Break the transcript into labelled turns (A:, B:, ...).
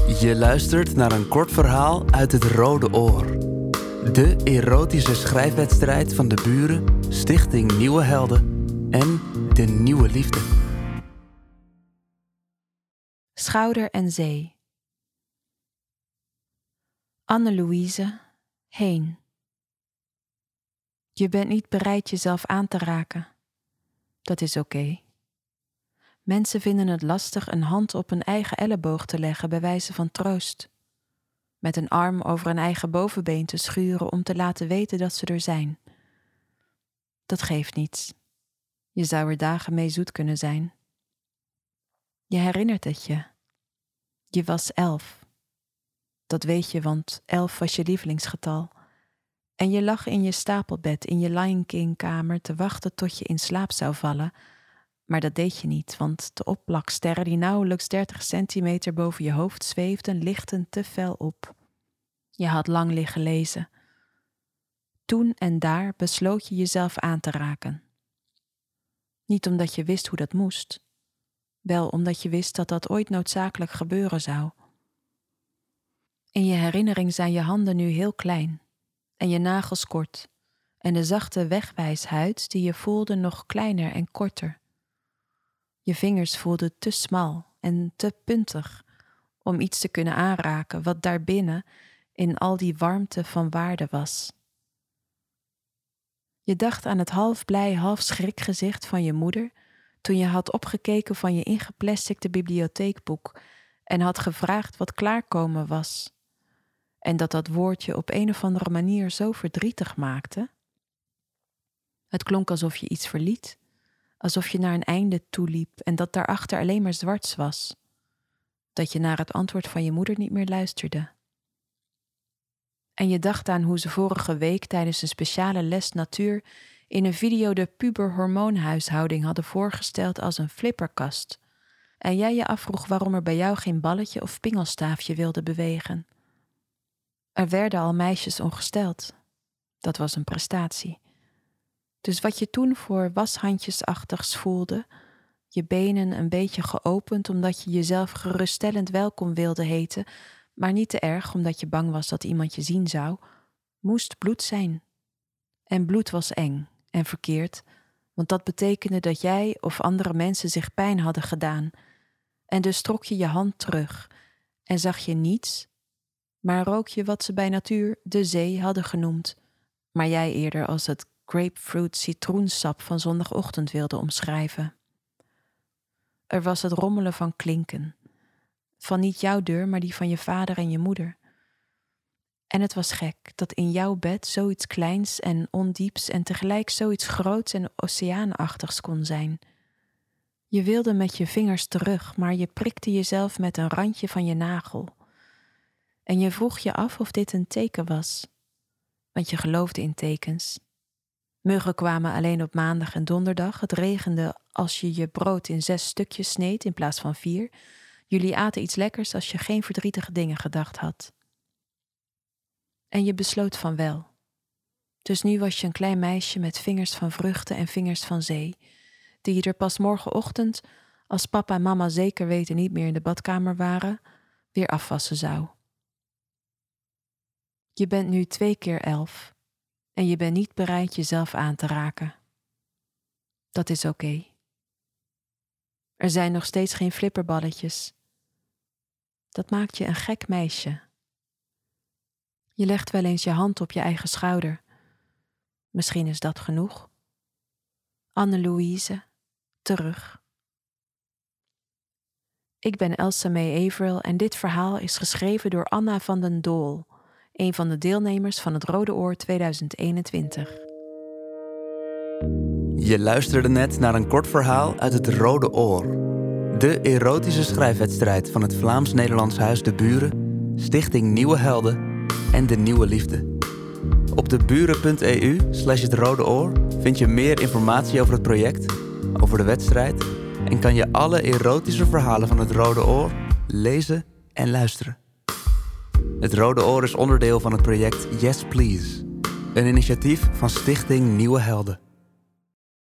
A: Je luistert naar een kort verhaal uit het Rode Oor. De erotische schrijfwedstrijd van de Buren, Stichting Nieuwe Helden en De Nieuwe Liefde.
B: Schouder en zee. Anne-Louise, heen. Je bent niet bereid jezelf aan te raken. Dat is oké. Mensen vinden het lastig een hand op een eigen elleboog te leggen bij wijze van troost. Met een arm over een eigen bovenbeen te schuren om te laten weten dat ze er zijn. Dat geeft niets. Je zou er dagen mee zoet kunnen zijn. Je herinnert het je. Je was 11. Dat weet je, want 11 was je lievelingsgetal. En je lag in je stapelbed in je Lion King-kamer te wachten tot je in slaap zou vallen. Maar dat deed je niet, want de opplaksterren die nauwelijks 30 centimeter boven je hoofd zweefden, lichtten te fel op. Je had lang liggen lezen. Toen en daar besloot je jezelf aan te raken. Niet omdat je wist hoe dat moest. Wel omdat je wist dat dat ooit noodzakelijk gebeuren zou. In je herinnering zijn je handen nu heel klein en je nagels kort en de zachte wegwijshuid die je voelde nog kleiner en korter. Je vingers voelden te smal en te puntig om iets te kunnen aanraken wat daarbinnen in al die warmte van waarde was. Je dacht aan het half blij, half schrikgezicht van je moeder toen je had opgekeken van je ingeplasticte bibliotheekboek en had gevraagd wat klaarkomen was. En dat woordje op een of andere manier zo verdrietig maakte. Het klonk alsof je iets verliet, alsof je naar een einde toeliep en dat daarachter alleen maar zwarts was. Dat je naar het antwoord van je moeder niet meer luisterde. En je dacht aan hoe ze vorige week tijdens een speciale les natuur in een video de puberhormoonhuishouding hadden voorgesteld als een flipperkast. En jij je afvroeg waarom er bij jou geen balletje of pingelstaafje wilde bewegen. Er werden al meisjes ongesteld. Dat was een prestatie. Dus wat je toen voor washandjesachtigs voelde, je benen een beetje geopend omdat je jezelf geruststellend welkom wilde heten, maar niet te erg omdat je bang was dat iemand je zien zou, moest bloed zijn. En bloed was eng en verkeerd, want dat betekende dat jij of andere mensen zich pijn hadden gedaan. En dus trok je je hand terug en zag je niets, maar rook je wat ze bij natuur de zee hadden genoemd, maar jij eerder als het grapefruit citroensap van zondagochtend wilde omschrijven. Er was het rommelen van klinken, van niet jouw deur, maar die van je vader en je moeder. En het was gek dat in jouw bed zoiets kleins en ondieps en tegelijk zoiets groots en oceaanachtigs kon zijn. Je wilde met je vingers terug, maar je prikte jezelf met een randje van je nagel. En je vroeg je af of dit een teken was, want je geloofde in tekens. Muggen kwamen alleen op maandag en donderdag. Het regende als je je brood in 6 stukjes sneed in plaats van 4. Jullie aten iets lekkers als je geen verdrietige dingen gedacht had. En je besloot van wel. Dus nu was je een klein meisje met vingers van vruchten en vingers van zee, die je er pas morgenochtend, als papa en mama zeker weten niet meer in de badkamer waren, weer afwassen zou. Je bent nu 2 keer 11 en je bent niet bereid jezelf aan te raken. Dat is oké. Er zijn nog steeds geen flipperballetjes. Dat maakt je een gek meisje. Je legt wel eens je hand op je eigen schouder. Misschien is dat genoeg. Anne-Louise, terug. Ik ben Elsa May Averill en dit verhaal is geschreven door Anna van den Doel, een van de deelnemers van het Rode Oor 2021.
A: Je luisterde net naar een kort verhaal uit het Rode Oor. De erotische schrijfwedstrijd van het Vlaams-Nederlands Huis De Buren, Stichting Nieuwe Helden en De Nieuwe Liefde. Op deburen.eu/het Rode Oor vind je meer informatie over het project, over de wedstrijd en kan je alle erotische verhalen van het Rode Oor lezen en luisteren. Het Rode Oor is onderdeel van het project Yes Please, een initiatief van Stichting Nieuwe Helden.